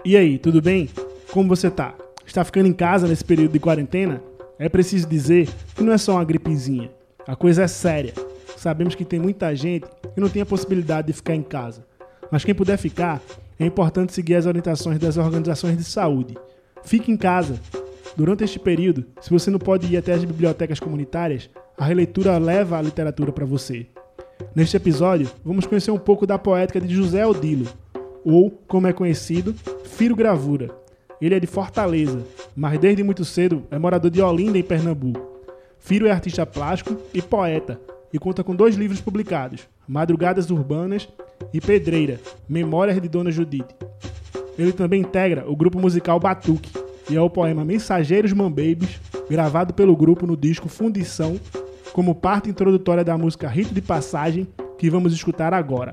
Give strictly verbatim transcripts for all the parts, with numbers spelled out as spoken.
E aí, tudo bem? Como você tá? Está ficando em casa nesse período de quarentena? É preciso dizer que não é só uma gripezinha. A coisa é séria. Sabemos que tem muita gente que não tem a possibilidade de ficar em casa. Mas quem puder ficar, é importante seguir as orientações das organizações de saúde. Fique em casa. Durante este período, se você não pode ir até as bibliotecas comunitárias, a releitura leva a literatura para você. Neste episódio, vamos conhecer um pouco da poética de José Odilo, ou, como é conhecido, Firo Gravura. Ele é de Fortaleza, mas desde muito cedo é morador de Olinda, em Pernambuco. Firo é artista plástico e poeta, e conta com dois livros publicados, Madrugadas Urbanas e Pedreira, Memórias de Dona Judite. Ele também integra o grupo musical Batuque, e é o poema Mensageiros Mambebes, gravado pelo grupo no disco Fundição, como parte introdutória da música Rito de Passagem, que vamos escutar agora.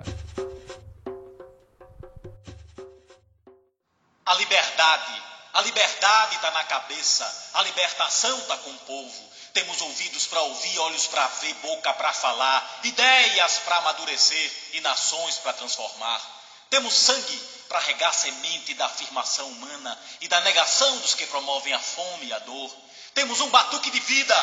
A liberdade, a liberdade está na cabeça, a libertação está com o povo. Temos ouvidos para ouvir, olhos para ver, boca para falar, ideias para amadurecer e nações para transformar. Temos sangue para regar a semente da afirmação humana e da negação dos que promovem a fome e a dor. Temos um batuque de vida.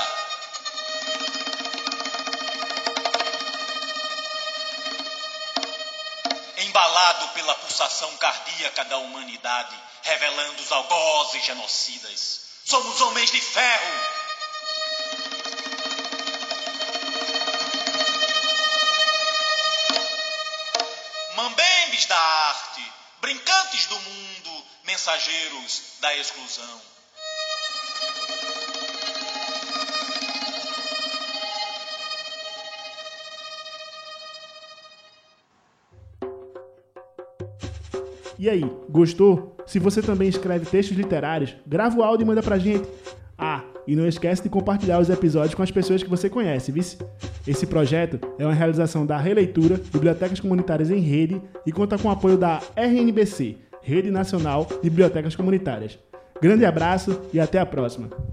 Embalado pela pulsação cardíaca da humanidade, revelando os algozes genocidas. Somos homens de ferro. Mambembes da arte, brincantes do mundo, mensageiros da exclusão. E aí, gostou? Se você também escreve textos literários, grava o áudio e manda pra gente. Ah, e não esquece de compartilhar os episódios com as pessoas que você conhece, viu? Esse projeto é uma realização da Releitura, Bibliotecas Comunitárias em Rede, e conta com o apoio da R N B C, Rede Nacional de Bibliotecas Comunitárias. Grande abraço e até a próxima!